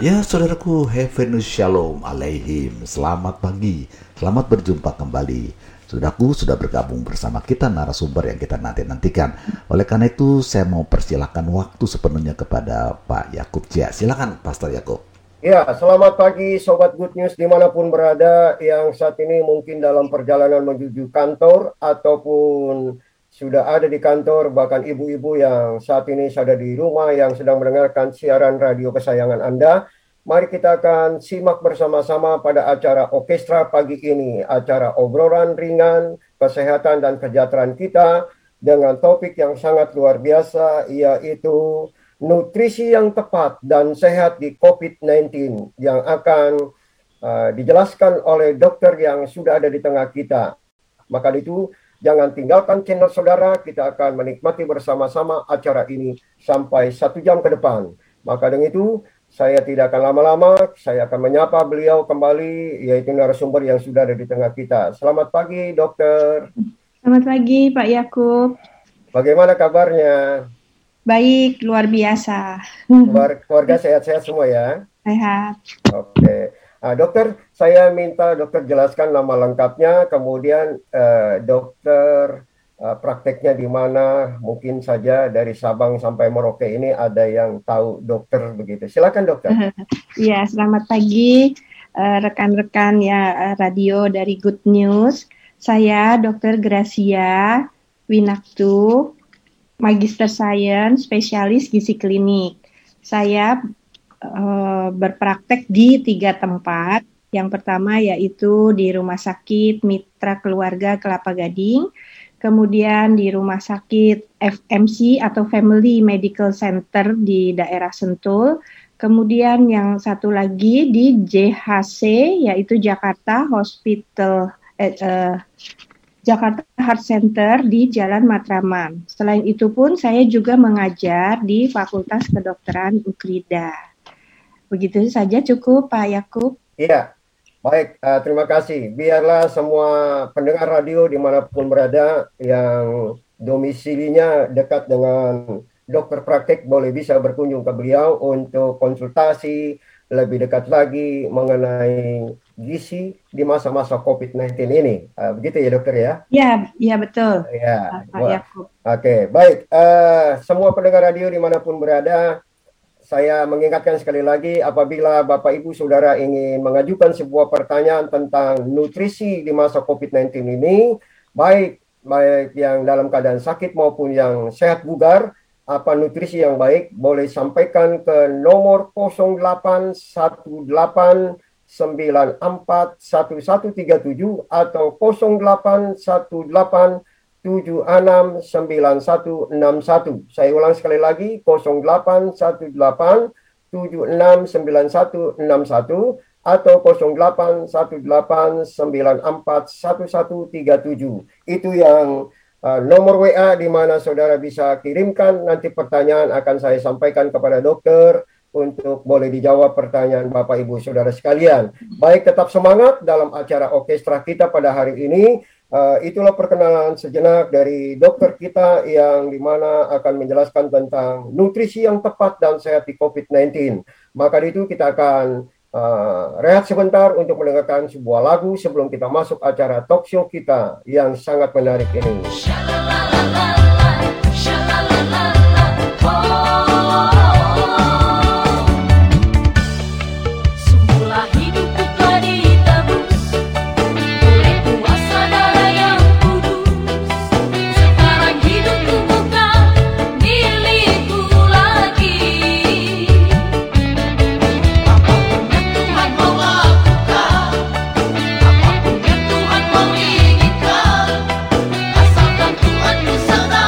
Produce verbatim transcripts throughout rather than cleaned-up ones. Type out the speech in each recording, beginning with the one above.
Ya saudaraku, Heavenus Shalom Alaihim. Selamat pagi, selamat berjumpa kembali. Saudaraku sudah bergabung bersama kita narasumber yang kita nanti-nantikan. Oleh karena itu saya mau persilakan waktu sepenuhnya kepada Pak Yakub Jia. Silakan Pastor Yakub. Ya, selamat pagi Sobat Good News dimanapun berada yang saat ini mungkin dalam perjalanan menuju kantor ataupun sudah ada di kantor, bahkan ibu-ibu yang saat ini sudah di rumah yang sedang mendengarkan siaran radio kesayangan Anda. Mari kita akan simak bersama-sama pada acara orkestra pagi ini, acara obrolan ringan, kesehatan dan kesejahteraan kita dengan topik yang sangat luar biasa, yaitu nutrisi yang tepat dan sehat di covid sembilan belas yang akan uh, dijelaskan oleh dokter yang sudah ada di tengah kita. Maka itu jangan tinggalkan channel saudara, kita akan menikmati bersama-sama acara ini sampai satu jam ke depan. Maka dengan itu, saya tidak akan lama-lama, saya akan menyapa beliau kembali, yaitu narasumber yang sudah ada di tengah kita. Selamat pagi, dokter. Selamat pagi, Pak Yakub. Bagaimana kabarnya? Baik, luar biasa. Keluarga sehat-sehat semua ya? Sehat. Oke. Nah, dokter, saya minta dokter jelaskan nama lengkapnya, kemudian eh, dokter eh, prakteknya di mana, mungkin saja dari Sabang sampai Merauke ini ada yang tahu dokter begitu. Silakan dokter. Ya, selamat pagi eh, rekan-rekan ya radio dari Good News. Saya dokter Gracia Winaktu, Magister Sains, spesialis gizi klinik. Saya Uh, berpraktek di tiga tempat. Yang pertama yaitu di Rumah Sakit Mitra Keluarga Kelapa Gading, kemudian di Rumah Sakit F M C atau Family Medical Center di daerah Sentul, kemudian yang satu lagi di J H C yaitu Jakarta Hospital eh, eh, Jakarta Heart Center di Jalan Matraman. Selain itu pun saya juga mengajar di Fakultas Kedokteran Ukrida. Begitu saja cukup, Pak Yakub. Iya, baik. Uh, terima kasih. Biarlah semua pendengar radio dimanapun berada yang domisilinya dekat dengan dokter praktek boleh bisa berkunjung ke beliau untuk konsultasi lebih dekat lagi mengenai gizi di masa-masa covid sembilan belas ini. Uh, begitu ya dokter ya? Iya, iya betul. Ya, Pak Yakub. Oke, baik. Uh, semua pendengar radio dimanapun berada, saya mengingatkan sekali lagi, apabila Bapak Ibu Saudara ingin mengajukan sebuah pertanyaan tentang nutrisi di masa covid sembilan belas ini, baik baik yang dalam keadaan sakit maupun yang sehat bugar, apa nutrisi yang baik, boleh sampaikan ke nomor nol delapan satu delapan sembilan empat satu satu tiga tujuh atau nol delapan satu delapan tujuh enam sembilan satu enam satu. Saya ulang sekali lagi, nol delapan satu delapan tujuh enam sembilan satu enam satu atau nol delapan satu delapan sembilan empat satu satu tiga tujuh. Itu yang uh, nomor W A di mana saudara bisa kirimkan, nanti pertanyaan akan saya sampaikan kepada dokter untuk boleh dijawab pertanyaan Bapak Ibu Saudara sekalian. Baik, tetap semangat dalam acara orkestra kita pada hari ini. Uh, itulah perkenalan sejenak dari dokter kita yang dimana akan menjelaskan tentang nutrisi yang tepat dan sehat di covid sembilan belas. Maka itu kita akan uh, rehat sebentar untuk mendengarkan sebuah lagu sebelum kita masuk acara talk show kita yang sangat menarik ini. Asalkan Tuhan bersama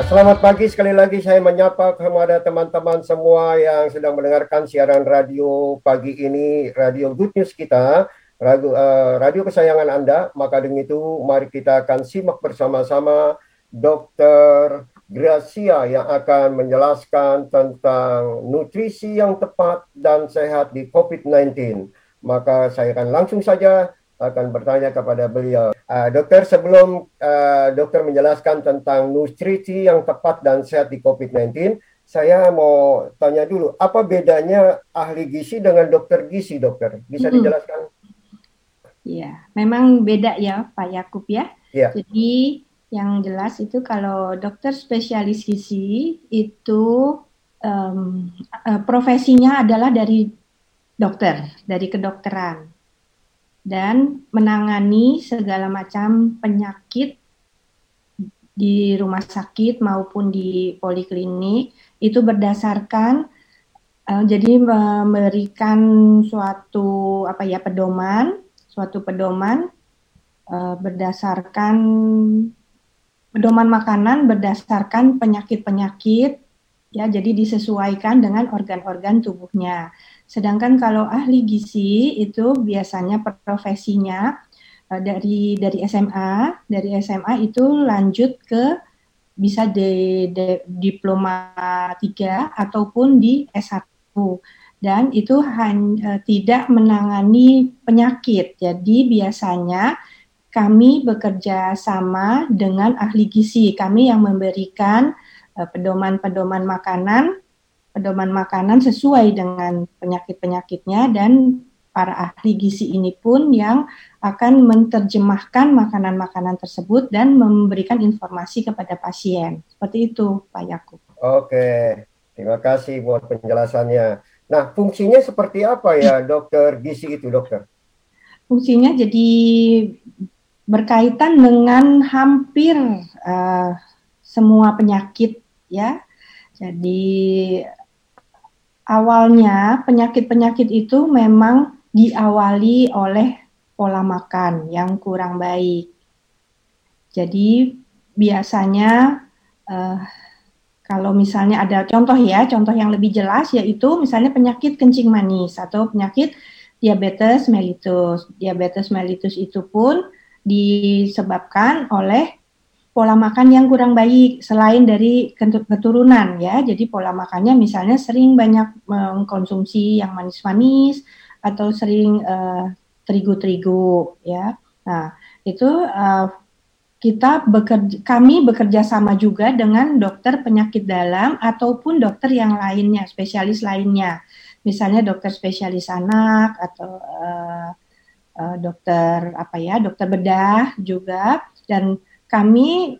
Ya, selamat pagi sekali lagi saya menyapa kepada teman-teman semua yang sedang mendengarkan siaran radio pagi ini, Radio Good News kita, radio, uh, radio kesayangan Anda. Maka dengan itu, mari kita akan simak bersama-sama dokter Gracia yang akan menjelaskan tentang nutrisi yang tepat dan sehat di covid sembilan belas. Maka saya akan langsung saja akan bertanya kepada beliau. Uh, dokter, sebelum uh, dokter menjelaskan tentang nutrisi yang tepat dan sehat di covid sembilan belas, saya mau tanya dulu, apa bedanya ahli gizi dengan dokter gizi, dokter? Bisa Hmm. dijelaskan? Ya, memang beda ya Pak Yakub ya. Ya. Jadi yang jelas itu kalau dokter spesialis gizi itu um, uh, profesinya adalah dari dokter, dari kedokteran. Dan menangani segala macam penyakit di rumah sakit maupun di poliklinik itu berdasarkan uh, jadi memberikan suatu apa ya pedoman, suatu pedoman uh, berdasarkan pedoman makanan berdasarkan penyakit-penyakit ya, jadi disesuaikan dengan organ-organ tubuhnya. Sedangkan kalau ahli gizi itu biasanya profesinya uh, dari dari S M A, dari S M A itu lanjut ke bisa di, di diploma tiga ataupun di S satu. Dan itu hanya uh, tidak menangani penyakit. Jadi biasanya kami bekerja sama dengan ahli gizi. Kami yang memberikan uh, pedoman-pedoman makanan pedoman makanan sesuai dengan penyakit-penyakitnya, dan para ahli gizi ini pun yang akan menerjemahkan makanan-makanan tersebut dan memberikan informasi kepada pasien. Seperti itu, Pak Yakub. Oke, terima kasih buat penjelasannya. Nah, fungsinya seperti apa ya dokter gizi itu, dokter? Fungsinya jadi berkaitan dengan hampir uh, semua penyakit ya. Jadi awalnya penyakit-penyakit itu memang diawali oleh pola makan yang kurang baik. Jadi biasanya uh, kalau misalnya ada contoh ya, contoh yang lebih jelas yaitu misalnya penyakit kencing manis atau penyakit diabetes mellitus. Diabetes mellitus itu pun disebabkan oleh pola makan yang kurang baik selain dari keturunan ya. Jadi pola makannya misalnya sering banyak mengkonsumsi yang manis-manis atau sering uh, terigu-terigu ya. Nah, itu uh, kita bekerja, kami bekerja sama juga dengan dokter penyakit dalam ataupun dokter yang lainnya, spesialis lainnya. Misalnya dokter spesialis anak atau uh, uh, dokter apa ya, dokter bedah juga, dan kami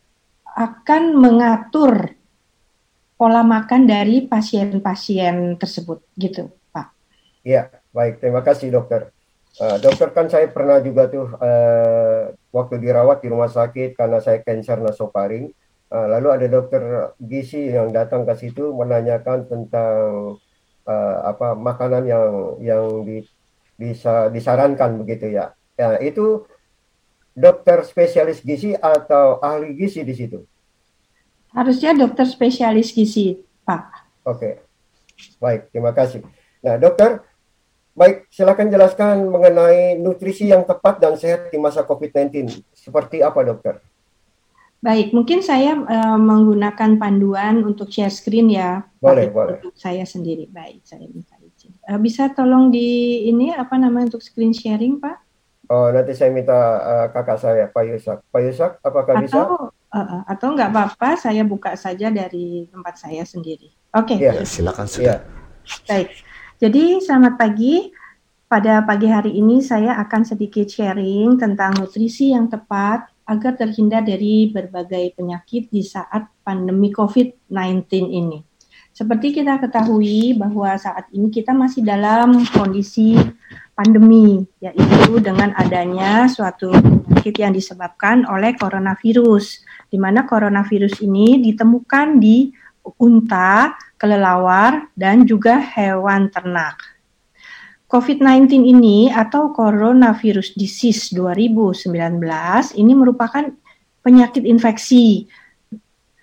akan mengatur pola makan dari pasien-pasien tersebut, gitu, Pak. Iya, baik. Terima kasih, dokter. Uh, dokter, kan saya pernah juga tuh uh, waktu dirawat di rumah sakit karena saya kanker nasofaring. Uh, lalu ada dokter gizi yang datang ke situ menanyakan tentang uh, apa makanan yang yang di, bisa disarankan begitu ya. Ya, itu dokter spesialis gizi atau ahli gizi di situ? Harusnya dokter spesialis gizi, Pak. Oke, baik, terima kasih. Nah, dokter, baik, silakan jelaskan mengenai nutrisi yang tepat dan sehat di masa covid sembilan belas. Seperti apa, dokter? Baik, mungkin saya uh, menggunakan panduan untuk share screen ya. Boleh, Pak, boleh. untuk saya sendiri. Baik, saya minta izin. Uh, bisa tolong di ini apa namanya untuk screen sharing, Pak? Oh, nanti saya minta uh, kakak saya, Pak Yusak. Pak Yusak, apakah atau, bisa? Uh, atau nggak apa-apa, saya buka saja dari tempat saya sendiri. Oke. Okay. Ya, silakan sudah. Ya. Baik. Jadi selamat pagi. Pada pagi hari ini saya akan sedikit sharing tentang nutrisi yang tepat agar terhindar dari berbagai penyakit di saat pandemi covid sembilan belas ini. Seperti kita ketahui bahwa saat ini kita masih dalam kondisi pandemi, yaitu dengan adanya suatu penyakit yang disebabkan oleh coronavirus, di mana coronavirus ini ditemukan di unta, kelelawar, dan juga hewan ternak. covid sembilan belas ini atau coronavirus disease dua ribu sembilan belas ini merupakan penyakit infeksi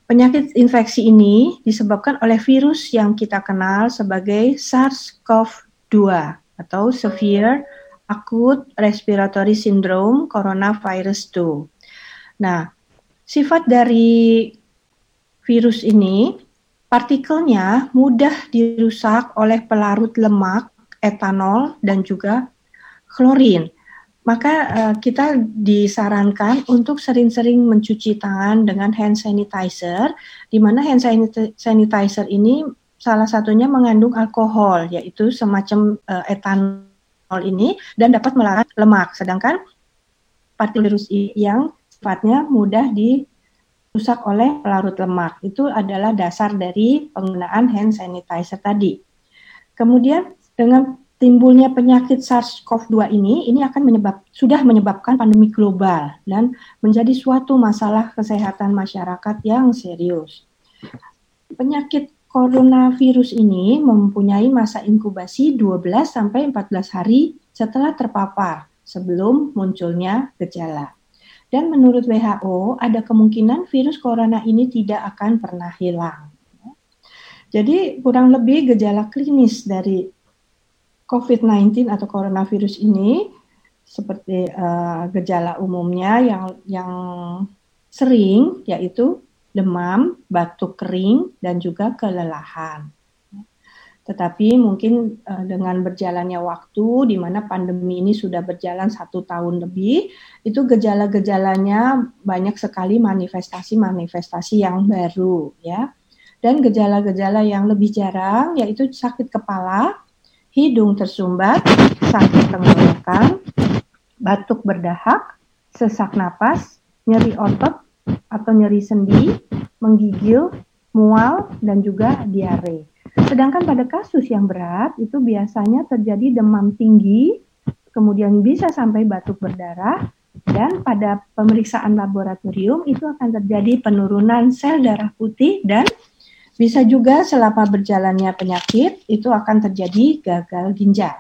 Penyakit infeksi ini disebabkan oleh virus yang kita kenal sebagai SARS-CoV dua atau Severe Acute Respiratory Syndrome Coronavirus dua. Nah, sifat dari virus ini, partikelnya mudah dirusak oleh pelarut lemak, etanol, dan juga klorin. Maka uh, kita disarankan untuk sering-sering mencuci tangan dengan hand sanitizer, di mana hand sanitizer ini salah satunya mengandung alkohol, yaitu semacam uh, etanol ini, dan dapat melarat lemak. Sedangkan partikel virus yang sifatnya mudah dirusak oleh pelarut lemak, itu adalah dasar dari penggunaan hand sanitizer tadi. Kemudian dengan timbulnya penyakit SARS-CoV dua ini, ini akan menyebab, sudah menyebabkan pandemi global dan menjadi suatu masalah kesehatan masyarakat yang serius. Penyakit coronavirus ini mempunyai masa inkubasi dua belas sampai empat belas hari setelah terpapar sebelum munculnya gejala. Dan menurut W H O, ada kemungkinan virus corona ini tidak akan pernah hilang. Jadi kurang lebih gejala klinis dari covid sembilan belas atau coronavirus ini seperti uh, gejala umumnya yang yang sering yaitu demam, batuk kering, dan juga kelelahan. Tetapi mungkin uh, dengan berjalannya waktu, di mana pandemi ini sudah berjalan satu tahun lebih, itu gejala-gejalanya banyak sekali manifestasi-manifestasi yang baru, ya. Dan gejala-gejala yang lebih jarang yaitu sakit kepala, hidung tersumbat, sakit tenggorokan, batuk berdahak, sesak napas, nyeri otot atau nyeri sendi, menggigil, mual, dan juga diare. Sedangkan pada kasus yang berat itu biasanya terjadi demam tinggi, kemudian bisa sampai batuk berdarah, dan pada pemeriksaan laboratorium itu akan terjadi penurunan sel darah putih dan bisa juga selama berjalannya penyakit itu akan terjadi gagal ginjal.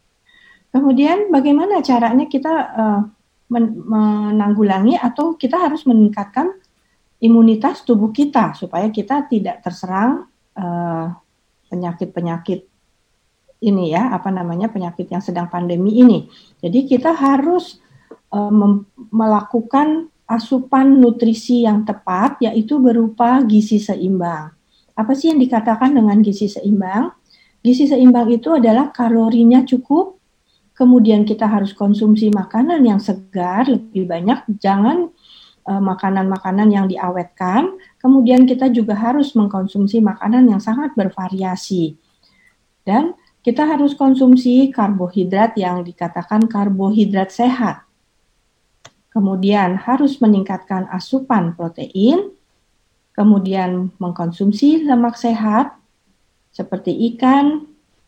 Kemudian bagaimana caranya kita uh, men- menanggulangi atau kita harus meningkatkan imunitas tubuh kita supaya kita tidak terserang uh, penyakit-penyakit ini ya, apa namanya penyakit yang sedang pandemi ini. Jadi kita harus uh, mem- melakukan asupan nutrisi yang tepat yaitu berupa gizi seimbang. Apa sih yang dikatakan dengan gizi seimbang? Gizi seimbang itu adalah kalorinya cukup, kemudian kita harus konsumsi makanan yang segar lebih banyak, jangan uh, makanan-makanan yang diawetkan, kemudian kita juga harus mengkonsumsi makanan yang sangat bervariasi. Dan kita harus konsumsi karbohidrat yang dikatakan karbohidrat sehat. Kemudian harus meningkatkan asupan protein, kemudian mengkonsumsi lemak sehat seperti ikan,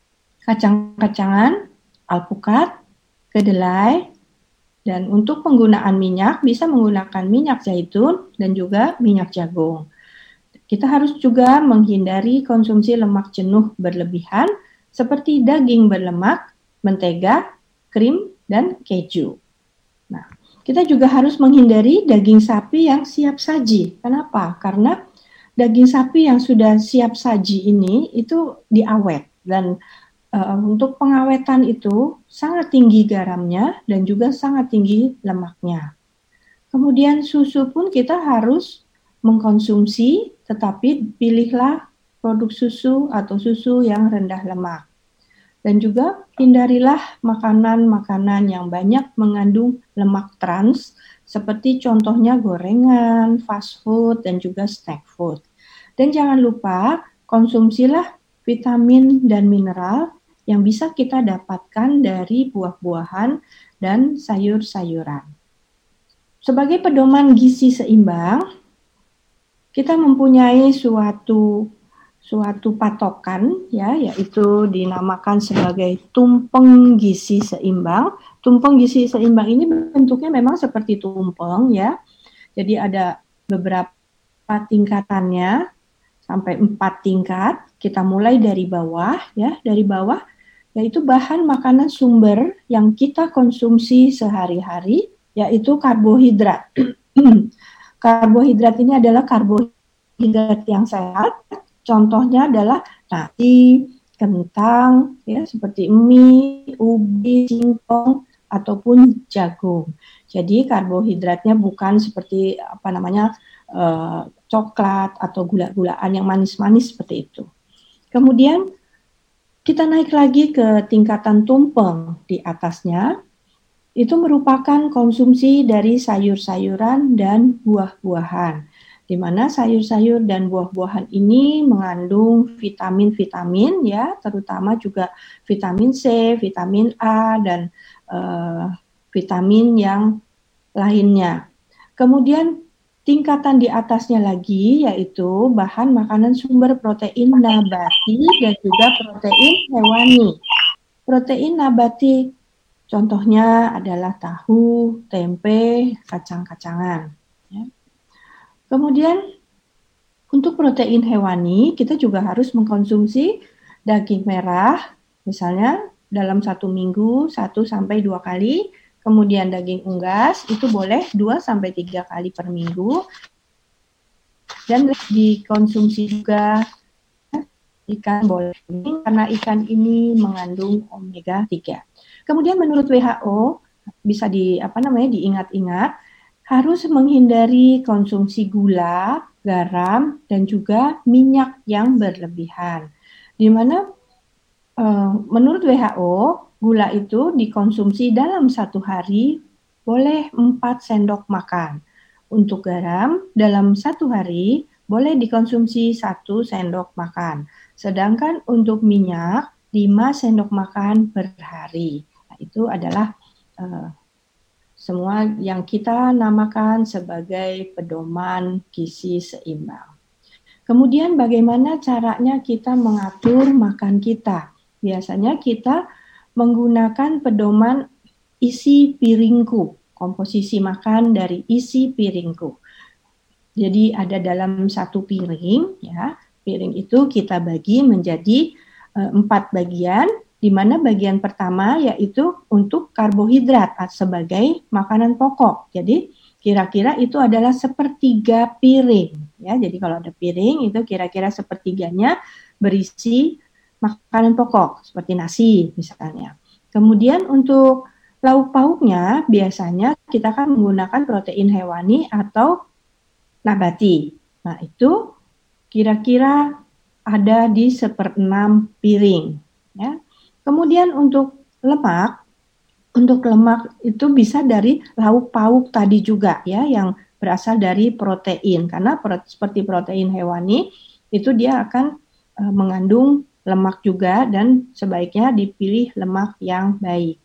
kacang-kacangan, alpukat, kedelai, dan untuk penggunaan minyak bisa menggunakan minyak zaitun dan juga minyak jagung. Kita harus juga menghindari konsumsi lemak jenuh berlebihan seperti daging berlemak, mentega, krim, dan keju. Nah, kita juga harus menghindari daging sapi yang siap saji. Kenapa? Karena daging sapi yang sudah siap saji ini itu diawet dan uh, untuk pengawetan itu sangat tinggi garamnya dan juga sangat tinggi lemaknya. Kemudian susu pun kita harus mengkonsumsi, tetapi pilihlah produk susu atau susu yang rendah lemak. Dan juga hindarilah makanan-makanan yang banyak mengandung lemak trans, seperti contohnya gorengan, fast food, dan juga snack food. Dan jangan lupa konsumsilah vitamin dan mineral yang bisa kita dapatkan dari buah-buahan dan sayur-sayuran. Sebagai pedoman gizi seimbang, kita mempunyai suatu suatu patokan ya, yaitu dinamakan sebagai tumpeng gizi seimbang. Tumpeng gizi seimbang ini bentuknya memang seperti tumpeng ya. Jadi ada beberapa tingkatannya sampai empat tingkat. Kita mulai dari bawah ya, dari bawah yaitu bahan makanan sumber yang kita konsumsi sehari-hari, yaitu karbohidrat. Karbohidrat ini adalah karbohidrat karbohidrat yang sehat. Contohnya adalah nasi, kentang, ya seperti mie, ubi, singkong, ataupun jagung. Jadi karbohidratnya bukan seperti apa namanya uh, coklat atau gula-gulaan yang manis-manis seperti itu. Kemudian kita naik lagi ke tingkatan tumpeng di atasnya. Itu merupakan konsumsi dari sayur-sayuran dan buah-buahan, di mana sayur-sayur dan buah-buahan ini mengandung vitamin-vitamin, ya, terutama juga vitamin C, vitamin A, dan uh, vitamin yang lainnya. Kemudian tingkatan di atasnya lagi yaitu bahan makanan sumber protein nabati dan juga protein hewani. Protein nabati contohnya adalah tahu, tempe, kacang-kacangan. Ya. Kemudian untuk protein hewani kita juga harus mengkonsumsi daging merah, misalnya dalam satu minggu satu sampai dua kali. Kemudian daging unggas itu boleh dua sampai tiga kali per minggu. Dan dikonsumsi juga ikan boleh, karena ikan ini mengandung omega tiga. Kemudian menurut W H O bisa di apa namanya diingat-ingat harus menghindari konsumsi gula, garam, dan juga minyak yang berlebihan. Di mana uh, menurut W H O gula itu dikonsumsi dalam satu hari boleh empat sendok makan. Untuk garam dalam satu hari boleh dikonsumsi satu sendok makan. Sedangkan untuk minyak lima sendok makan per hari. Nah, itu adalah uh, semua yang kita namakan sebagai pedoman gizi seimbang. Kemudian bagaimana caranya kita mengatur makan kita? Biasanya kita menggunakan pedoman isi piringku, komposisi makan dari isi piringku. Jadi ada dalam satu piring, ya, piring itu kita bagi menjadi uh, empat bagian, di mana bagian pertama yaitu untuk karbohidrat sebagai makanan pokok. Jadi kira-kira itu adalah sepertiga piring, ya. Jadi kalau ada piring itu kira-kira sepertiganya berisi makanan pokok seperti nasi misalnya. Kemudian untuk lauk pauknya biasanya kita kan menggunakan protein hewani atau nabati. Nah itu kira-kira ada di seperenam piring. Ya. Kemudian untuk lemak, untuk lemak itu bisa dari lauk pauk tadi juga ya, yang berasal dari protein. Karena seperti protein hewani itu dia akan uh, mengandung lemak juga dan sebaiknya dipilih lemak yang baik.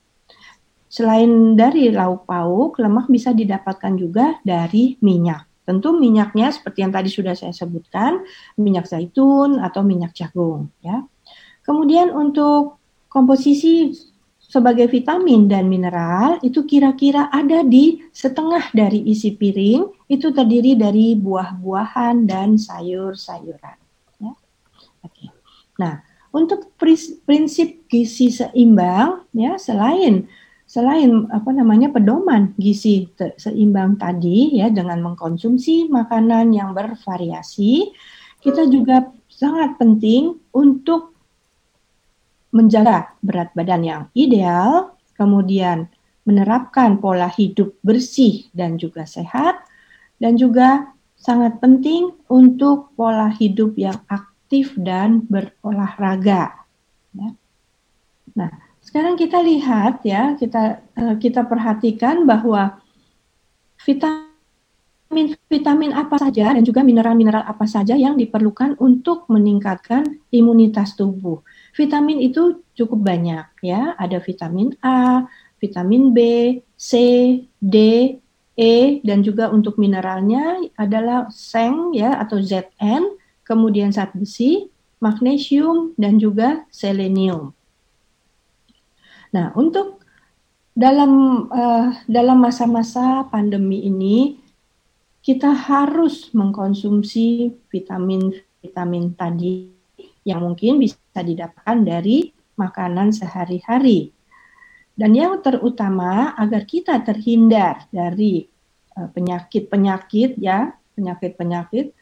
Selain dari lauk pauk, lemak bisa didapatkan juga dari minyak. Tentu minyaknya seperti yang tadi sudah saya sebutkan, minyak zaitun atau minyak jagung. Ya. Kemudian untuk komposisi sebagai vitamin dan mineral itu kira-kira ada di setengah dari isi piring, itu terdiri dari buah-buahan dan sayur-sayuran. Ya. Oke. Nah, untuk prinsip gizi seimbang, ya selain selain apa namanya pedoman gizi seimbang tadi, ya dengan mengkonsumsi makanan yang bervariasi, kita juga sangat penting untuk menjaga berat badan yang ideal, kemudian menerapkan pola hidup bersih dan juga sehat, dan juga sangat penting untuk pola hidup yang aktif dan berolahraga. Ya. Nah, sekarang kita lihat ya, kita kita perhatikan bahwa vitamin vitamin apa saja dan juga mineral-mineral apa saja yang diperlukan untuk meningkatkan imunitas tubuh. Vitamin itu cukup banyak ya, ada vitamin A, vitamin B, C, D, E, dan juga untuk mineralnya adalah seng ya atau Z N, kemudian zat besi, magnesium, dan juga selenium. Nah, untuk dalam uh, dalam masa-masa pandemi ini kita harus mengkonsumsi vitamin-vitamin tadi yang mungkin bisa didapatkan dari makanan sehari-hari. Dan yang terutama agar kita terhindar dari uh, penyakit-penyakit ya, penyakit-penyakit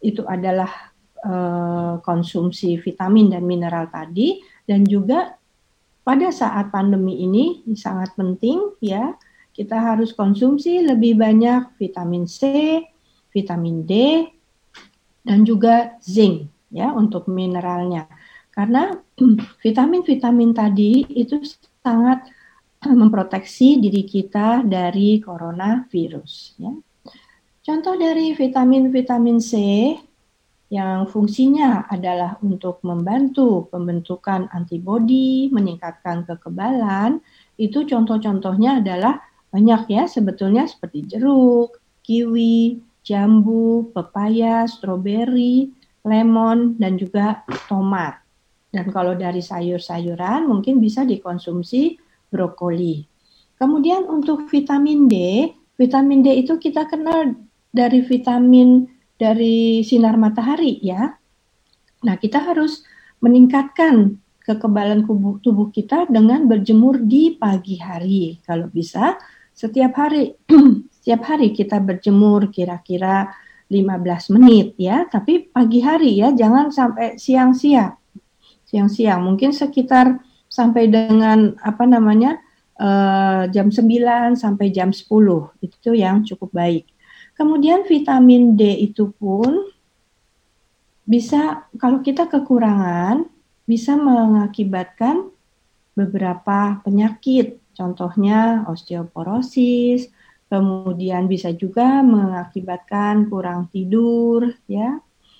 itu adalah uh, konsumsi vitamin dan mineral tadi, dan juga pada saat pandemi ini sangat penting ya, kita harus konsumsi lebih banyak vitamin C, vitamin D, dan juga zinc ya untuk mineralnya. Karena vitamin-vitamin tadi itu sangat memproteksi diri kita dari coronavirus. Ya. Contoh dari vitamin-vitamin C yang fungsinya adalah untuk membantu pembentukan antibodi, meningkatkan kekebalan, itu contoh-contohnya adalah banyak ya sebetulnya seperti jeruk, kiwi, jambu, pepaya, stroberi, lemon, dan juga tomat. Dan kalau dari sayur-sayuran mungkin bisa dikonsumsi brokoli. Kemudian untuk vitamin D, vitamin D itu kita kenal dari vitamin dari sinar matahari ya. Nah, kita harus meningkatkan kekebalan tubuh, tubuh kita dengan berjemur di pagi hari. Kalau bisa setiap hari setiap hari kita berjemur kira-kira lima belas menit ya, tapi pagi hari ya, jangan sampai siang-siang. Siang-siang mungkin sekitar sampai dengan apa namanya uh, jam sembilan sampai jam sepuluh, itu yang cukup baik. Kemudian vitamin D itu pun bisa, kalau kita kekurangan, bisa mengakibatkan beberapa penyakit, contohnya osteoporosis, kemudian bisa juga mengakibatkan kurang tidur ya,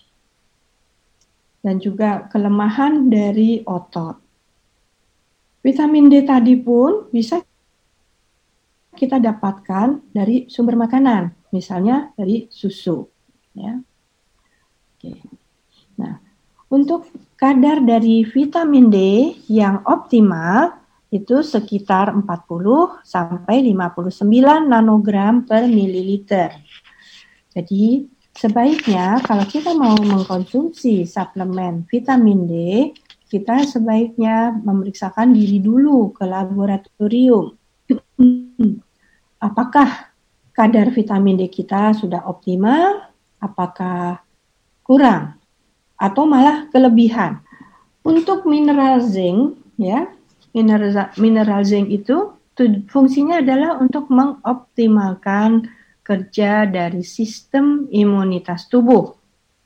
dan juga kelemahan dari otot. Vitamin D tadi pun bisa kita dapatkan dari sumber makanan, misalnya dari susu. Ya. Oke. Nah, untuk kadar dari vitamin D yang optimal itu sekitar empat puluh sampai lima puluh sembilan nanogram per mililiter. Jadi sebaiknya kalau kita mau mengkonsumsi suplemen vitamin D, kita sebaiknya memeriksakan diri dulu ke laboratorium. Apakah kadar vitamin D kita sudah optimal, apakah kurang, atau malah kelebihan. Untuk mineral zinc, ya, mineral, mineral zinc itu fungsinya adalah untuk mengoptimalkan kerja dari sistem imunitas tubuh.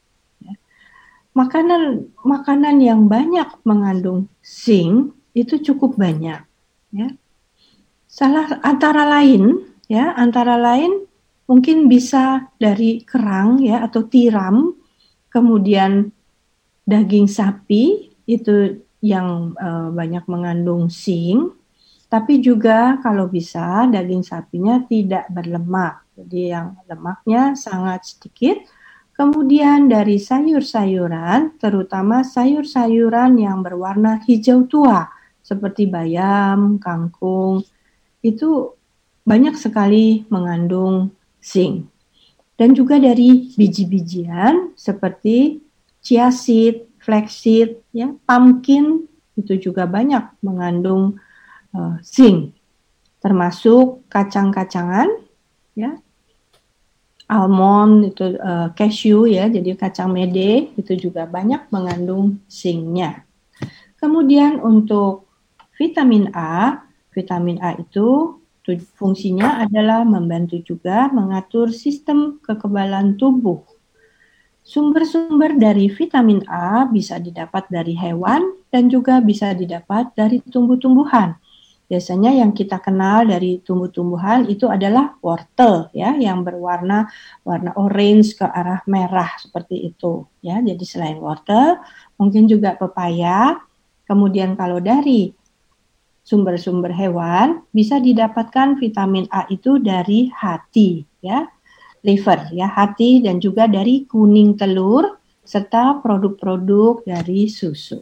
Makanan makanan yang banyak mengandung zinc itu cukup banyak. Ya. Salah antara lain, ya, antara lain mungkin bisa dari kerang, ya, atau tiram, kemudian daging sapi itu yang uh, banyak mengandung zinc, tapi juga kalau bisa daging sapinya tidak berlemak, jadi yang lemaknya sangat sedikit. Kemudian dari sayur-sayuran, terutama sayur-sayuran yang berwarna hijau tua, seperti bayam, kangkung, itu banyak sekali mengandung zinc. Dan juga dari biji-bijian seperti chia seed, flax seed, ya, pumpkin, itu juga banyak mengandung uh, zinc. Termasuk kacang-kacangan, ya, almond, itu uh, cashew, ya, jadi kacang mede itu juga banyak mengandung zinc-nya. Kemudian untuk vitamin A, vitamin A itu fungsinya adalah membantu juga mengatur sistem kekebalan tubuh. Sumber-sumber dari vitamin A bisa didapat dari hewan dan juga bisa didapat dari tumbuh-tumbuhan. Biasanya yang kita kenal dari tumbuh-tumbuhan itu adalah wortel, ya, yang berwarna warna orange ke arah merah seperti itu, ya. Jadi selain wortel, mungkin juga pepaya. Kemudian kalau dari sumber-sumber hewan bisa didapatkan vitamin A itu dari hati, ya, liver, ya, hati, dan juga dari kuning telur serta produk-produk dari susu.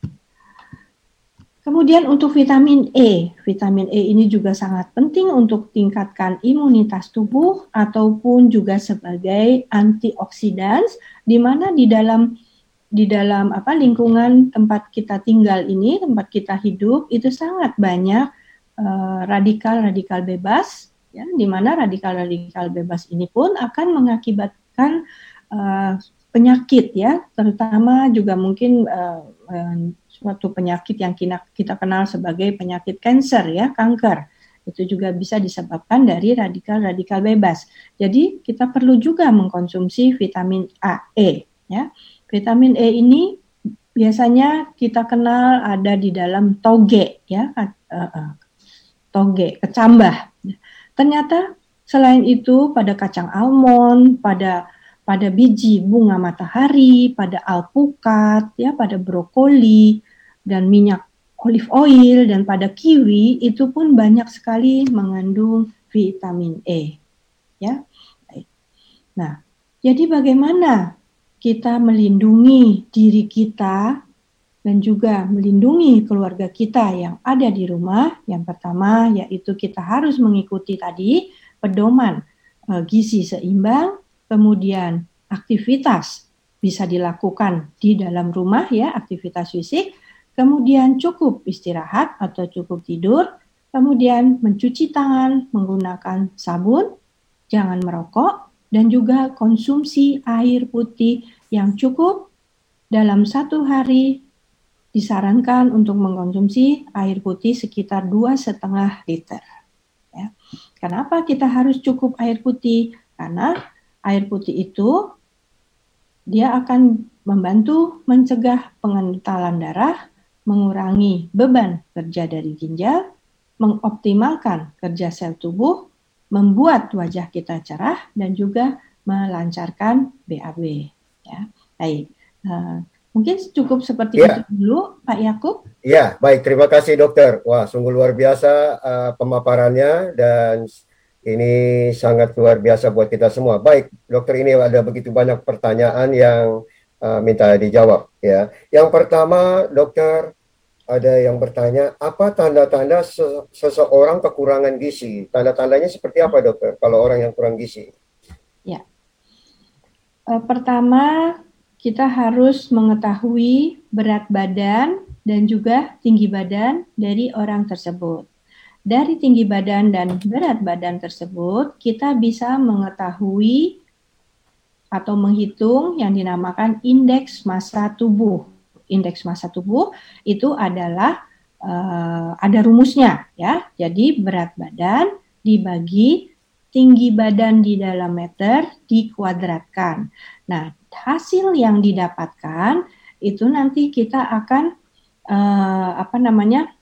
Kemudian untuk vitamin E, vitamin E ini juga sangat penting untuk tingkatkan imunitas tubuh ataupun juga sebagai antioksidan, di mana di dalam di dalam apa lingkungan tempat kita tinggal ini, tempat kita hidup itu sangat banyak uh, radikal-radikal bebas, ya, di mana radikal-radikal bebas ini pun akan mengakibatkan uh, penyakit ya, terutama juga mungkin uh, uh, suatu penyakit yang kita, kita kenal sebagai penyakit kanker ya, kanker. Itu juga bisa disebabkan dari radikal-radikal bebas. Jadi kita perlu juga mengkonsumsi vitamin A, E ya. Vitamin E ini biasanya kita kenal ada di dalam toge ya, uh, uh, toge, kecambah. Ternyata selain itu pada kacang almond, pada pada biji bunga matahari, pada alpukat, ya, pada brokoli dan minyak olive oil dan pada kiwi itu pun banyak sekali mengandung vitamin E, ya. Nah, jadi bagaimana kita melindungi diri kita dan juga melindungi keluarga kita yang ada di rumah? Yang pertama yaitu kita harus mengikuti tadi pedoman e, gizi seimbang. Kemudian aktivitas bisa dilakukan di dalam rumah ya, aktivitas fisik. Kemudian cukup istirahat atau cukup tidur. Kemudian mencuci tangan menggunakan sabun, jangan merokok, dan juga konsumsi air putih yang cukup. Dalam satu hari disarankan untuk mengkonsumsi air putih sekitar dua koma lima liter. Ya. Kenapa kita harus cukup air putih? Karena air putih itu dia akan membantu mencegah pengentalan darah, mengurangi beban kerja dari ginjal, mengoptimalkan kerja sel tubuh, membuat wajah kita cerah, dan juga melancarkan B A B. Ya, baik. Uh, mungkin cukup seperti ya. Itu dulu, Pak Yakub. Ya, baik. Terima kasih, dokter. Wah, sungguh luar biasa uh, pemaparannya dan ini sangat luar biasa buat kita semua. Baik, dokter, ini ada begitu banyak pertanyaan yang uh, minta dijawab. Ya, yang pertama, dokter, ada yang bertanya, apa tanda-tanda se- seseorang kekurangan gizi? Tanda-tandanya seperti apa, dokter, kalau orang yang kurang gizi? Ya, uh, pertama kita harus mengetahui berat badan dan juga tinggi badan dari orang tersebut. Dari tinggi badan dan berat badan tersebut, kita bisa mengetahui atau menghitung yang dinamakan indeks massa tubuh. Indeks massa tubuh itu adalah uh, ada rumusnya ya. Jadi berat badan dibagi tinggi badan di dalam meter dikuadratkan. Nah, hasil yang didapatkan itu nanti kita akan uh, apa namanya?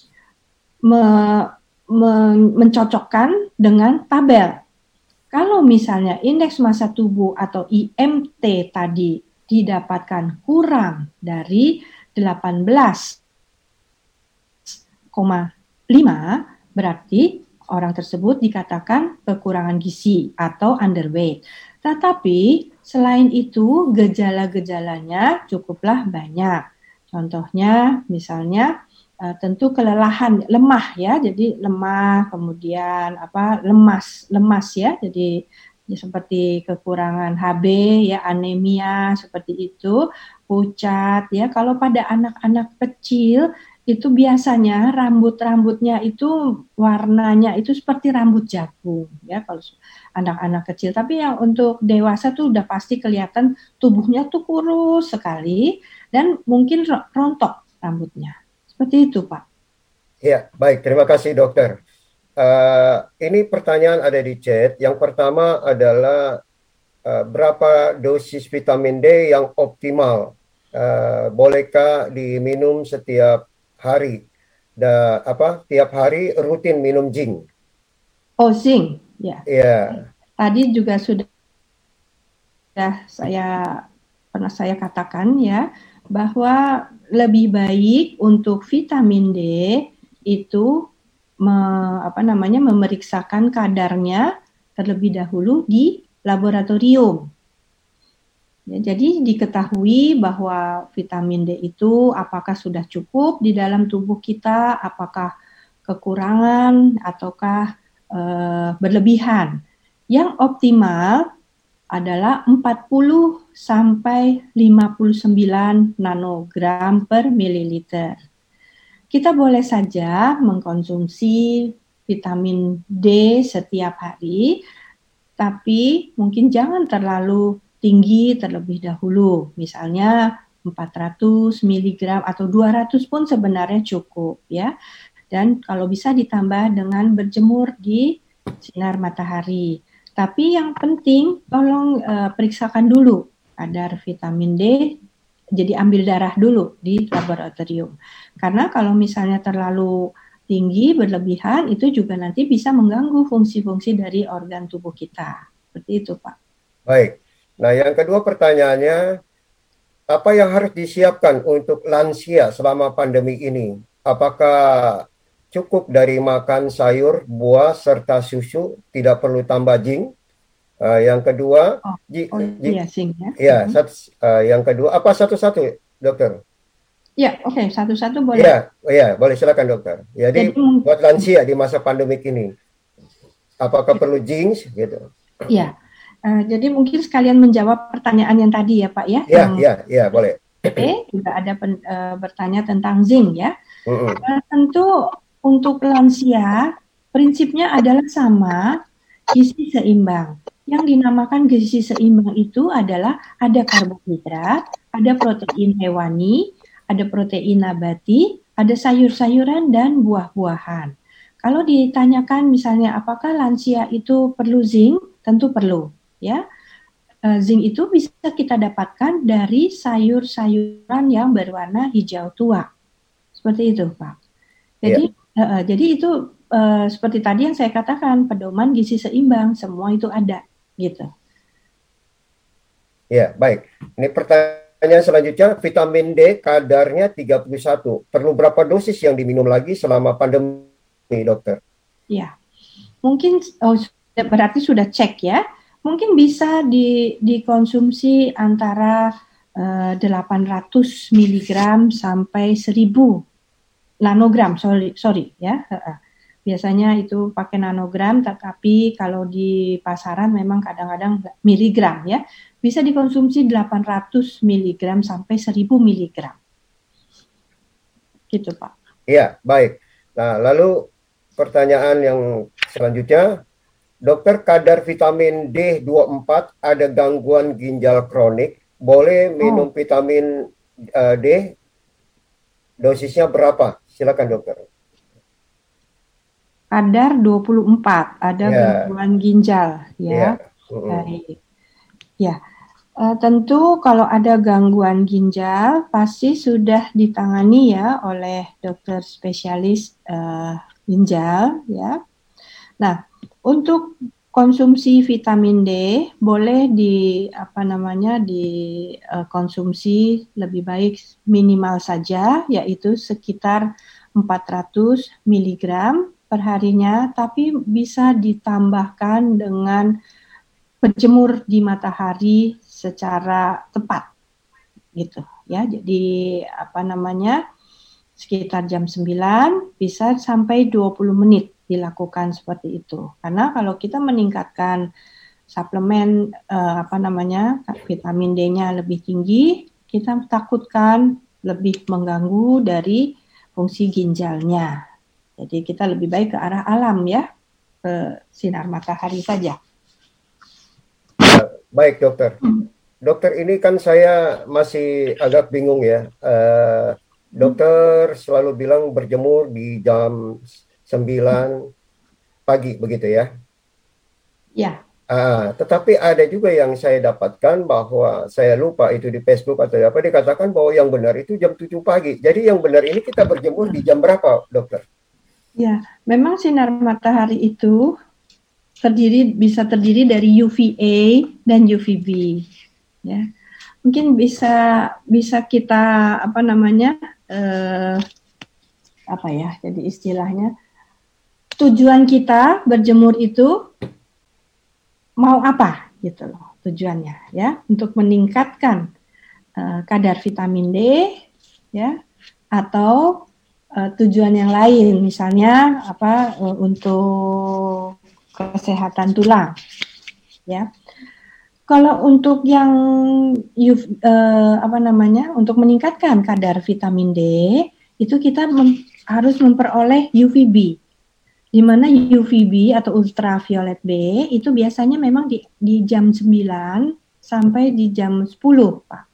Me- me- mencocokkan dengan tabel. Kalau misalnya indeks massa tubuh atau I M T tadi didapatkan kurang dari delapan belas koma lima, berarti orang tersebut dikatakan kekurangan gizi atau underweight. Tetapi selain itu gejala-gejalanya cukuplah banyak. Contohnya misalnya Uh, tentu kelelahan, lemah ya, jadi lemah, kemudian apa lemas, lemas ya, jadi ya, seperti kekurangan H B ya, anemia seperti itu, pucat ya. Kalau pada anak-anak kecil itu biasanya rambut-rambutnya itu warnanya itu seperti rambut jagung ya kalau anak-anak kecil. Tapi yang untuk dewasa tuh udah pasti kelihatan tubuhnya tuh kurus sekali dan mungkin rontok rambutnya. Seperti itu, Pak. Ya, baik. Terima kasih, dokter. Uh, ini pertanyaan ada di chat. Yang pertama adalah uh, berapa dosis vitamin D yang optimal? Uh, bolehkah diminum setiap hari? Da, apa? Tiap hari rutin minum zinc? Oh, zinc. Ya. Ya. Tadi juga sudah saya pernah saya katakan ya, bahwa lebih baik untuk vitamin D itu me, apa namanya memeriksakan kadarnya terlebih dahulu di laboratorium. Ya, jadi diketahui bahwa vitamin D itu apakah sudah cukup di dalam tubuh kita, apakah kekurangan ataukah e, berlebihan. Yang optimal adalah empat puluh sampai lima puluh sembilan nanogram per mililiter. Kita boleh saja mengkonsumsi vitamin D setiap hari, tapi mungkin jangan terlalu tinggi terlebih dahulu, misalnya empat ratus miligram atau dua ratus pun sebenarnya cukup ya. Dan kalau bisa ditambah dengan berjemur di sinar matahari. Tapi yang penting tolong uh, periksakan dulu kadar vitamin D, jadi ambil darah dulu di laboratorium. Karena kalau misalnya terlalu tinggi, berlebihan, itu juga nanti bisa mengganggu fungsi-fungsi dari organ tubuh kita. Seperti itu, Pak. Baik. Nah, yang kedua pertanyaannya, apa yang harus disiapkan untuk lansia selama pandemi ini? Apakah cukup dari makan sayur, buah, serta susu, tidak perlu tambah zinc? Uh, yang kedua, oh, ji, oh, ji, iya, zinc ya. Ya, hmm. satu, uh, yang kedua, apa satu-satu, dokter? Ya, oke, okay, satu-satu boleh. Ya, ya, boleh, silakan dokter. Jadi, Jadi buat lansia di masa pandemik ini, apakah perlu zinc gitu? Ya. Uh, jadi mungkin sekalian menjawab pertanyaan yang tadi ya Pak ya. Iya, iya, iya, boleh. Oke, juga ada pen, uh, bertanya tentang zinc ya. Mm-hmm. Uh, tentu untuk lansia prinsipnya adalah sama, gizi seimbang. Yang dinamakan gizi seimbang itu adalah ada karbohidrat, ada protein hewani, ada protein nabati, ada sayur-sayuran dan buah-buahan. Kalau ditanyakan misalnya apakah lansia itu perlu zinc, tentu perlu. Ya, uh, zinc itu bisa kita dapatkan dari sayur-sayuran yang berwarna hijau tua, seperti itu, Pak. Jadi, yeah. uh, jadi itu uh, seperti tadi yang saya katakan, pedoman gizi seimbang, semua itu ada, gitu. Ya, yeah, baik. Ini pertanyaan selanjutnya, vitamin D kadarnya tiga puluh satu. Perlu berapa dosis yang diminum lagi selama pandemi, dokter? Ya, mungkin oh, berarti sudah cek ya. Mungkin bisa di, dikonsumsi antara uh, delapan ratus miligram sampai seribu nanogram, sorry, sorry ya. Biasanya itu pakai nanogram, tetapi kalau di pasaran memang kadang-kadang miligram ya. Bisa dikonsumsi delapan ratus miligram sampai seribu miligram. Gitu, Pak. Iya, baik. Nah, lalu pertanyaan yang selanjutnya, dokter, kadar vitamin D dua puluh empat ada gangguan ginjal kronik, boleh minum oh. vitamin uh, D, dosisnya berapa? Silakan dokter. Kadar dua puluh empat, ada yeah. gangguan ginjal, ya. Yeah. Uh-huh. Baik. Ya, uh, tentu kalau ada gangguan ginjal pasti sudah ditangani ya oleh dokter spesialis uh, ginjal, ya. Nah, untuk konsumsi vitamin D boleh di apa namanya dikonsumsi uh, lebih baik minimal saja, yaitu sekitar empat ratus miligram per harinya, tapi bisa ditambahkan dengan berjemur di matahari secara tepat, gitu ya. Jadi apa namanya sekitar jam sembilan bisa sampai dua puluh menit dilakukan seperti itu. Karena kalau kita meningkatkan suplemen uh, apa namanya vitamin D-nya lebih tinggi, kita takutkan lebih mengganggu dari fungsi ginjalnya. Jadi kita lebih baik ke arah alam ya, ke sinar matahari saja. Baik dokter. Hmm. Dokter, ini kan saya masih agak bingung ya. Uh, dokter selalu bilang berjemur di jam sembilan pagi begitu ya? Ya. Ah, tetapi ada juga yang saya dapatkan bahwa saya lupa itu di Facebook atau apa, dikatakan bahwa yang benar itu jam tujuh pagi. Jadi yang benar ini kita berjemur di jam berapa, dokter? Ya, memang sinar matahari itu terdiri bisa terdiri dari U V A dan U V B. Ya. Mungkin bisa bisa kita apa namanya? Eh, apa ya? Jadi istilahnya tujuan kita berjemur itu mau apa gitu loh tujuannya ya, untuk meningkatkan uh, kadar vitamin D ya, atau uh, tujuan yang lain misalnya apa uh, untuk kesehatan tulang ya. Kalau untuk yang uh, apa namanya untuk meningkatkan kadar vitamin D itu kita mem- harus memperoleh U V B, di mana U V B atau ultraviolet B itu biasanya memang di, di jam sembilan sampai di jam sepuluh, Pak.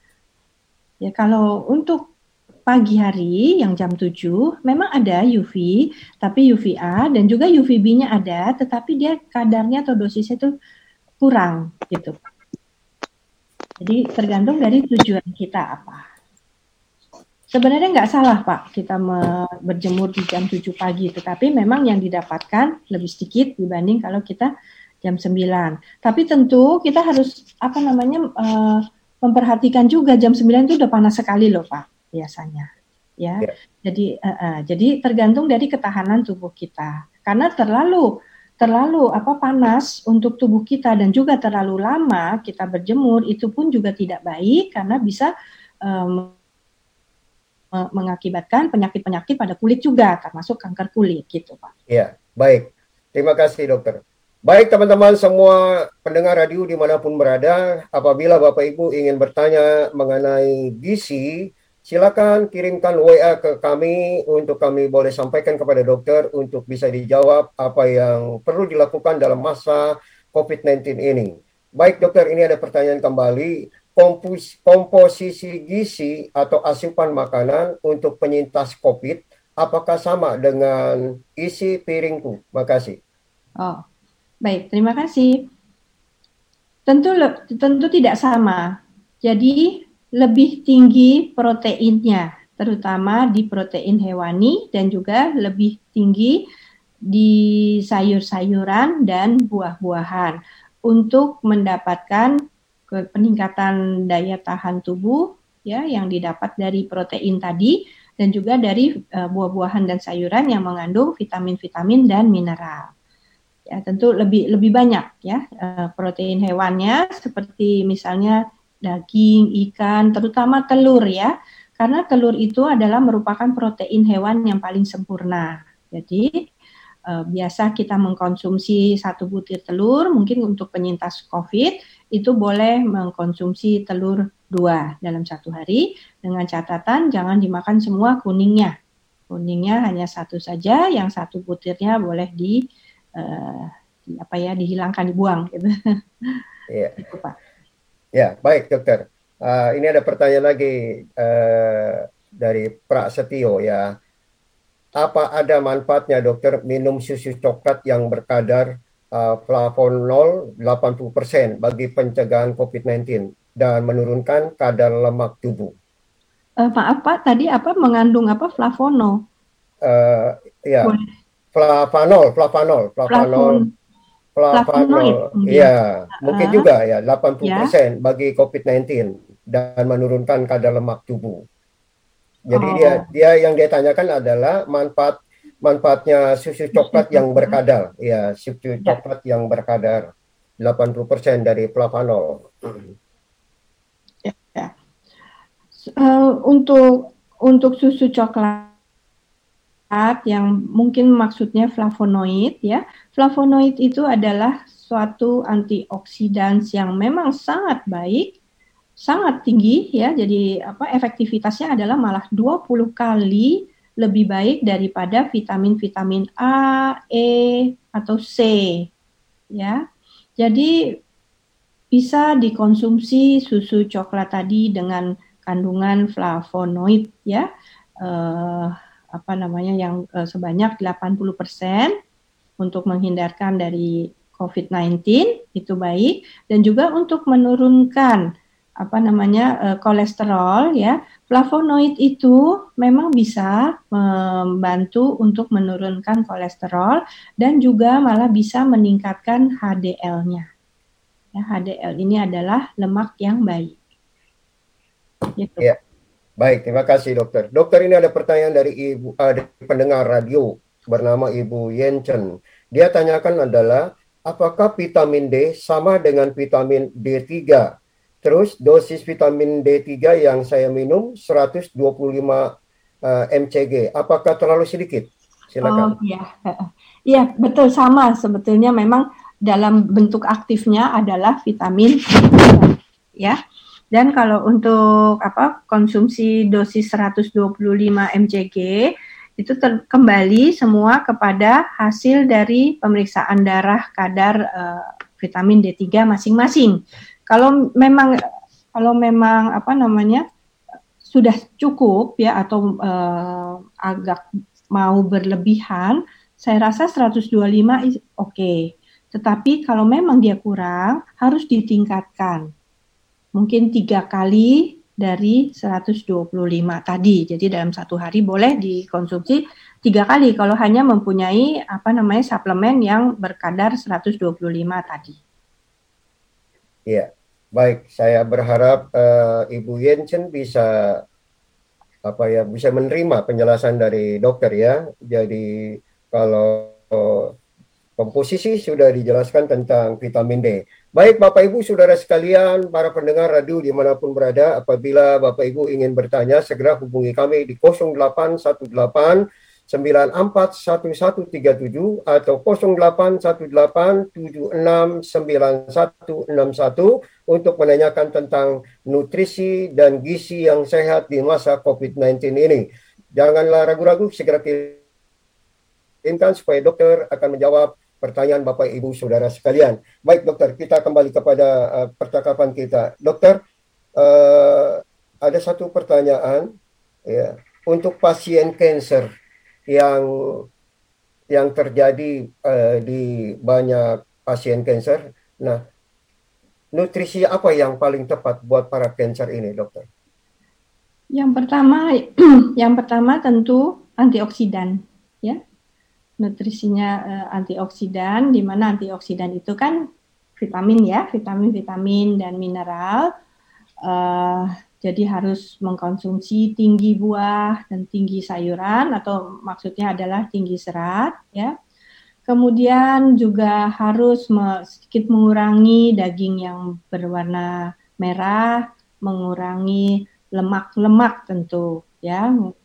Ya, kalau untuk pagi hari yang jam tujuh memang ada U V, tapi U V A dan juga U V B-nya ada, tetapi dia kadarnya atau dosisnya itu kurang gitu. Jadi tergantung dari tujuan kita apa. Sebenarnya nggak salah Pak kita me- berjemur di jam tujuh pagi, tetapi memang yang didapatkan lebih sedikit dibanding kalau kita jam sembilan. Tapi tentu kita harus apa namanya uh, memperhatikan juga jam sembilan itu udah panas sekali loh Pak biasanya. Ya, yeah. jadi uh, uh, jadi tergantung dari ketahanan tubuh kita. Karena terlalu terlalu apa panas untuk tubuh kita dan juga terlalu lama kita berjemur itu pun juga tidak baik karena bisa um, mengakibatkan penyakit-penyakit pada kulit juga termasuk kanker kulit gitu Pak. Iya, baik. Terima kasih dokter. Baik teman-teman semua pendengar radio dimanapun berada, apabila Bapak Ibu ingin bertanya mengenai gizi, silakan kirimkan W A ke kami untuk kami boleh sampaikan kepada dokter untuk bisa dijawab apa yang perlu dilakukan dalam masa covid sembilan belas ini. Baik dokter, ini ada pertanyaan kembali. Kompos, komposisi gizi atau asupan makanan untuk penyintas COVID, apakah sama dengan isi piringku? Makasih. Oh, baik, terima kasih. Tentu tentu tidak sama. Jadi lebih tinggi proteinnya, terutama di protein hewani dan juga lebih tinggi di sayur-sayuran dan buah-buahan untuk mendapatkan peningkatan daya tahan tubuh ya yang didapat dari protein tadi dan juga dari uh, buah-buahan dan sayuran yang mengandung vitamin-vitamin dan mineral. Ya, tentu lebih lebih banyak ya uh, protein hewannya seperti misalnya daging, ikan, terutama telur ya. Karena telur itu adalah merupakan protein hewan yang paling sempurna. Jadi uh, biasa kita mengkonsumsi satu butir telur, mungkin untuk penyintas COVID itu boleh mengkonsumsi telur dua dalam satu hari dengan catatan jangan dimakan semua kuningnya. Kuningnya hanya satu saja, yang satu butirnya boleh di, uh, di apa ya dihilangkan, dibuang gitu. Iya. Itu, Pak. Ya, baik dokter. Uh, ini ada pertanyaan lagi uh, dari Pra Setio ya. Apa ada manfaatnya dokter minum susu coklat yang berkadar Uh, flavonol delapan puluh persen bagi pencegahan covid sembilan belas dan menurunkan kadar lemak tubuh? Uh, maaf Pak, tadi apa mengandung apa flavonol? Uh, ya, flavanol, flavanol, flavanol, flavanol. Ya, uh, mungkin juga ya delapan puluh persen ya. Bagi covid sembilan belas dan menurunkan kadar lemak tubuh. Jadi oh. dia dia yang dia tanyakan adalah manfaat manfaatnya susu coklat yang berkadar, ya susu coklat ya. yang berkadar delapan puluh persen dari flavanol. Ya, ya. Uh, untuk untuk susu coklat yang mungkin maksudnya flavonoid ya, flavonoid itu adalah suatu antioksidan yang memang sangat baik, sangat tinggi ya. Jadi apa efektivitasnya adalah malah dua puluh kali lebih baik daripada vitamin-vitamin A, E, atau C, ya. Jadi bisa dikonsumsi susu coklat tadi dengan kandungan flavonoid, ya, eh, apa namanya yang eh, sebanyak delapan puluh persen untuk menghindarkan dari covid sembilan belas itu baik dan juga untuk menurunkan apa namanya uh, kolesterol ya. Flavonoid itu memang bisa membantu untuk menurunkan kolesterol dan juga malah bisa meningkatkan H D L-nya. Ya, H D L ini adalah lemak yang baik. Gitu. Ya. Baik, terima kasih dokter. Dokter, ini ada pertanyaan dari ibu uh, dari pendengar radio bernama Ibu Yenchen. Dia tanyakan adalah apakah vitamin D sama dengan vitamin D tiga? Terus dosis vitamin D tiga yang saya minum seratus dua puluh lima uh, mcg. Apakah terlalu sedikit? Silakan. Oh iya, iya betul sama sebetulnya memang dalam bentuk aktifnya adalah vitamin D tiga, ya. Dan kalau untuk apa konsumsi dosis seratus dua puluh lima mcg itu ter- kembali semua kepada hasil dari pemeriksaan darah kadar uh, vitamin D tiga masing-masing. Kalau memang kalau memang apa namanya sudah cukup ya atau uh, agak mau berlebihan, saya rasa seratus dua puluh lima oke. Okay. Tetapi kalau memang dia kurang, harus ditingkatkan. Mungkin tiga kali dari seratus dua puluh lima tadi. Jadi dalam satu hari boleh dikonsumsi tiga kali kalau hanya mempunyai apa namanya suplemen yang berkadar seratus dua puluh lima tadi. Iya, baik. Saya berharap uh, Ibu Yenchen bisa apa ya bisa menerima penjelasan dari dokter ya. Jadi kalau komposisi sudah dijelaskan tentang vitamin D. Baik Bapak Ibu Saudara sekalian, para pendengar radio dimanapun berada, apabila Bapak Ibu ingin bertanya, segera hubungi kami di nol delapan satu delapan sembilan empat satu satu tiga tujuh atau nol delapan satu delapan tujuh enam sembilan satu enam satu untuk menanyakan tentang nutrisi dan gizi yang sehat di masa covid sembilan belas ini. Janganlah ragu-ragu, segera kirimkan supaya dokter akan menjawab pertanyaan Bapak Ibu Saudara sekalian. Baik dokter, kita kembali kepada uh, percakapan kita. Dokter, uh, ada satu pertanyaan ya, untuk pasien kanker yang yang terjadi uh, di banyak pasien kanker. Nah, nutrisi apa yang paling tepat buat para kanker ini, dokter? Yang pertama, yang pertama tentu antioksidan, ya. Nutrisinya uh, antioksidan, di mana antioksidan itu kan vitamin ya, vitamin-vitamin dan mineral. Uh, jadi harus mengkonsumsi tinggi buah dan tinggi sayuran, atau maksudnya adalah tinggi serat ya. Kemudian juga harus me- sedikit mengurangi daging yang berwarna merah, mengurangi lemak-lemak tentu ya.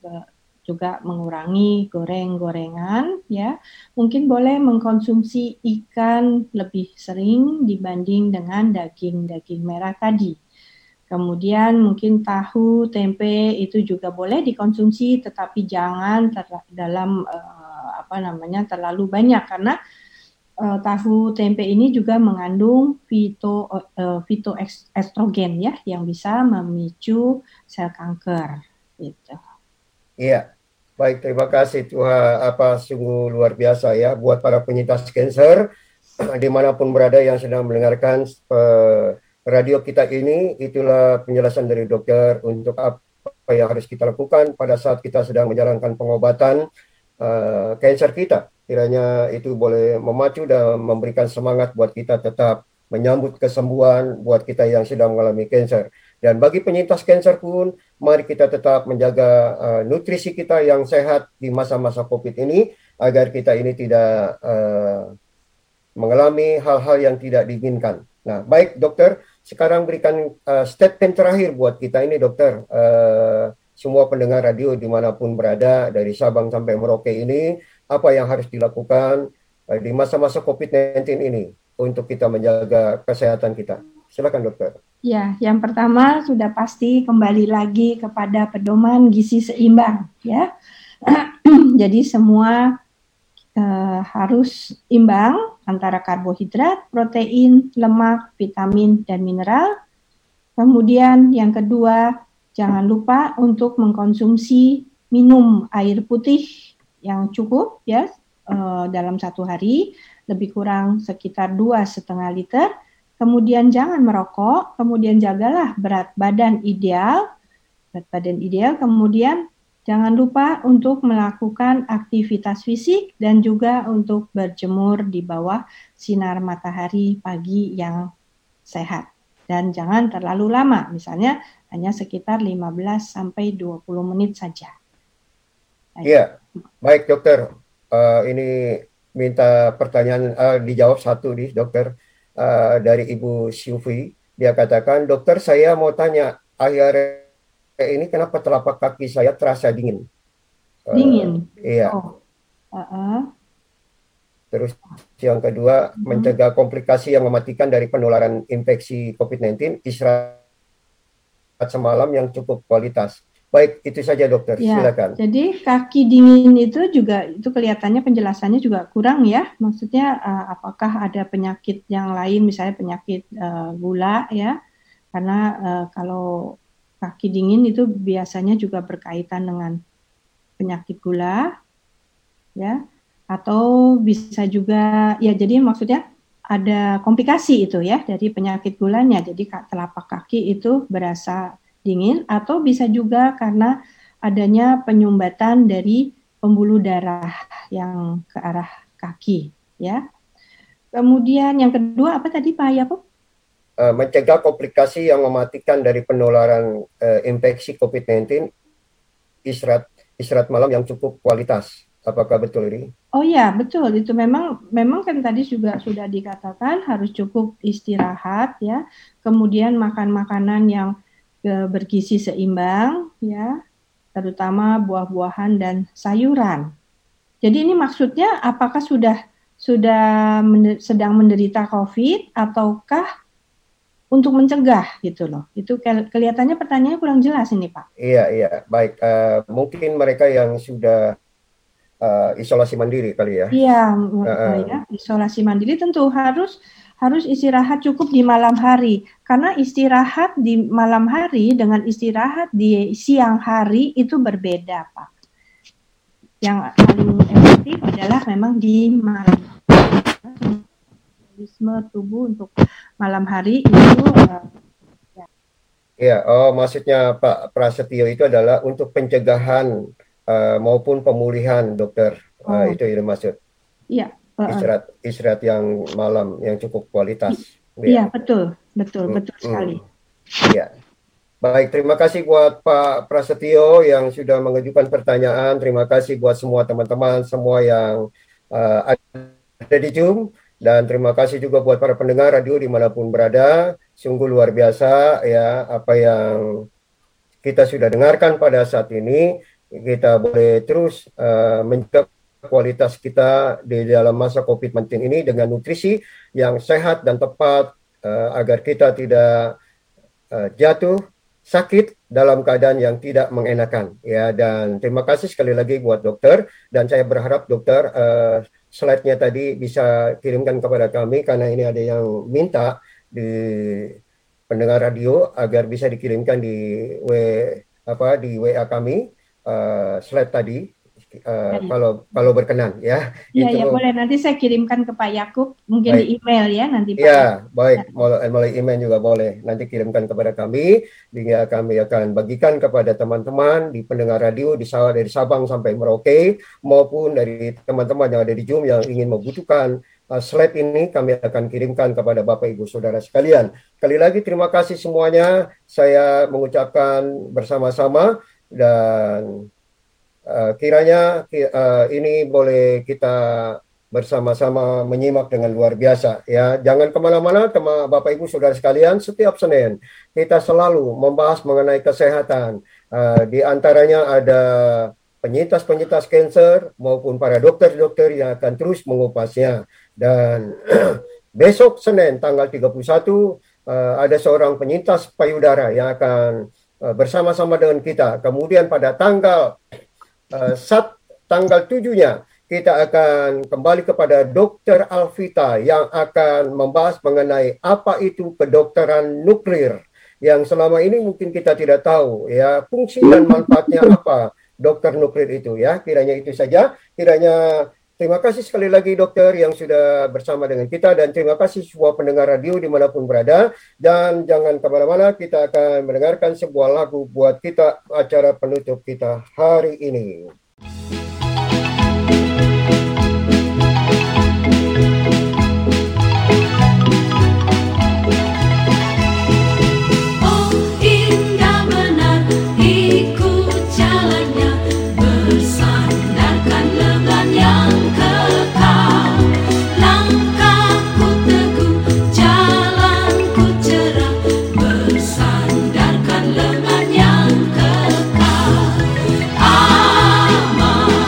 Juga mengurangi goreng-gorengan ya. Mungkin boleh mengkonsumsi ikan lebih sering dibanding dengan daging-daging merah tadi. Kemudian mungkin tahu, tempe itu juga boleh dikonsumsi, tetapi jangan ter- dalam uh, apa namanya terlalu banyak, karena uh, tahu tempe ini juga mengandung fito uh, fitoestrogen ya, yang bisa memicu sel kanker gitu. Iya, baik, terima kasih Tuhan, apa sungguh luar biasa ya buat para penyintas kanker dimanapun berada yang sedang mendengarkan uh, radio kita ini. Itulah penjelasan dari dokter untuk apa yang harus kita lakukan pada saat kita sedang menjalankan pengobatan uh, kanker kita. Kiranya itu boleh memacu dan memberikan semangat buat kita tetap menyambut kesembuhan buat kita yang sedang mengalami kanker. Dan bagi penyintas kanker pun, mari kita tetap menjaga uh, nutrisi kita yang sehat di masa-masa COVID ini, agar kita ini tidak uh, mengalami hal-hal yang tidak diinginkan. Nah, baik dokter, sekarang berikan uh, statement terakhir buat kita ini dokter. Uh, semua pendengar radio dimanapun berada, dari Sabang sampai Merauke ini, apa yang harus dilakukan uh, di masa-masa COVID sembilan belas ini untuk kita menjaga kesehatan kita. Silakan dokter. Ya, yang pertama sudah pasti kembali lagi kepada pedoman gizi seimbang ya. Jadi semua uh, harus imbang antara karbohidrat, protein, lemak, vitamin dan mineral. Kemudian yang kedua, jangan lupa untuk mengkonsumsi minum air putih yang cukup ya uh, dalam satu hari, lebih kurang sekitar dua setengah liter. Kemudian jangan merokok, kemudian jagalah berat badan ideal, berat badan ideal, kemudian jangan lupa untuk melakukan aktivitas fisik dan juga untuk berjemur di bawah sinar matahari pagi yang sehat. Dan jangan terlalu lama, misalnya hanya sekitar lima belas sampai dua puluh menit saja. Iya, baik dokter. Uh, ini minta pertanyaan uh, dijawab satu nih dokter. Uh, dari Ibu Syufi, dia katakan, dokter saya mau tanya, akhir ini kenapa telapak kaki saya terasa dingin? Uh, dingin? Iya. Oh. Uh-uh. Terus yang kedua, uh-huh. mencegah komplikasi yang mematikan dari penularan infeksi COVID sembilan belas, istirahat semalam yang cukup kualitas. Baik, itu saja dokter, Ya, silakan. jadi kaki dingin itu juga itu kelihatannya penjelasannya juga kurang ya. Maksudnya uh, apakah ada penyakit yang lain, misalnya penyakit uh, gula ya? Karena uh, kalau kaki dingin itu biasanya juga berkaitan dengan penyakit gula, ya. Atau bisa juga ya. Jadi maksudnya ada komplikasi itu ya dari penyakit gulanya. Jadi telapak kaki itu berasa dingin, atau bisa juga karena adanya penyumbatan dari pembuluh darah yang ke arah kaki, ya. Kemudian yang kedua apa tadi Pak Yakob? Uh, mencegah komplikasi yang mematikan dari penularan uh, infeksi covid sembilan belas, istirahat istirahat malam yang cukup kualitas. Apakah betul ini? Oh ya, betul. Itu memang memang kan tadi juga sudah dikatakan harus cukup istirahat ya. Kemudian makan makanan yang uh, bergizi seimbang ya, terutama buah-buahan dan sayuran. Jadi ini maksudnya apakah sudah sudah mender, sedang menderita COVID ataukah untuk mencegah gitu loh? Itu kelihatannya pertanyaannya kurang jelas ini Pak. Iya iya baik. Uh, mungkin mereka yang sudah uh, isolasi mandiri kali ya. Iya, uh, ya, isolasi mandiri tentu harus harus istirahat cukup di malam hari, karena istirahat di malam hari dengan istirahat di siang hari itu berbeda, Pak. Yang paling efektif adalah memang di malam. Metabolisme tubuh untuk malam hari itu. Uh, ya. ya, oh maksudnya Pak Prasetyo itu adalah untuk pencegahan uh, maupun pemulihan, dokter. Uh, oh. Itu yang dimaksud. Iya. Istirahat istirahat yang malam yang cukup kualitas. Iya, ya. betul, betul, hmm, betul sekali. Iya. Baik, terima kasih buat Pak Prasetyo yang sudah mengajukan pertanyaan. Terima kasih buat semua teman-teman semua yang uh, ada di Zoom, dan terima kasih juga buat para pendengar radio dimanapun berada. Sungguh luar biasa ya apa yang kita sudah dengarkan pada saat ini. Kita boleh terus uh, menjaga kualitas kita di dalam masa covid sembilan belas ini dengan nutrisi yang sehat dan tepat uh, agar kita tidak uh, jatuh sakit dalam keadaan yang tidak mengenakan ya. Dan terima kasih sekali lagi buat dokter, dan saya berharap dokter uh, slide-nya tadi bisa kirimkan kepada kami karena ini ada yang minta di pendengar radio agar bisa dikirimkan di w apa di W A kami uh, slide tadi. Uh, ya. kalau kalau berkenan ya. Iya ya, boleh, nanti saya kirimkan ke Pak Yakob, mungkin baik. Di email ya nanti Pak. Ya, baik, ya. Melalui email juga boleh. Nanti kirimkan kepada kami, hingga kami akan bagikan kepada teman-teman di pendengar radio di dari Sabang sampai Merauke, maupun dari teman-teman yang ada di Zoom yang ingin membutuhkan uh, slide ini, kami akan kirimkan kepada Bapak Ibu Saudara sekalian. Sekali lagi terima kasih semuanya. Saya mengucapkan bersama-sama, dan Uh, kiranya uh, ini boleh kita bersama-sama menyimak dengan luar biasa ya. Jangan kemana-mana teman Bapak Ibu Saudara sekalian. Setiap Senin kita selalu membahas mengenai kesehatan. Uh, di antaranya ada penyintas-penyintas kanker maupun para dokter-dokter yang akan terus mengupasnya. Dan besok Senin tanggal tiga puluh satu uh, ada seorang penyintas payudara yang akan uh, bersama-sama dengan kita. Kemudian pada tanggal Uh, saat tanggal tujuhnya kita akan kembali kepada Dokter Alvita yang akan membahas mengenai apa itu kedokteran nuklir yang selama ini mungkin kita tidak tahu ya fungsi dan manfaatnya apa dokter nuklir itu ya. Kiranya itu saja. Kiranya terima kasih sekali lagi dokter yang sudah bersama dengan kita, dan terima kasih semua pendengar radio dimanapun berada. Dan jangan kemana-mana, kita akan mendengarkan sebuah lagu buat kita acara penutup kita hari ini. Sandarkan lengan yang kekal, aman.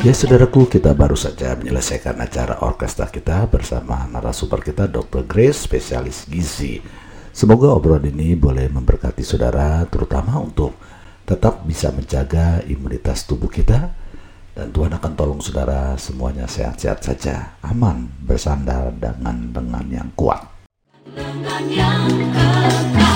Ya saudaraku, kita baru saja menyelesaikan acara orkestra kita bersama narasumber kita dokter Grace, spesialis gizi. Semoga obrolan ini boleh memberkati saudara, terutama untuk tetap bisa menjaga imunitas tubuh kita. Dan Tuhan akan tolong saudara semuanya sehat-sehat saja, aman, bersandar dengan dengan yang kuat. Dengan yang kekal.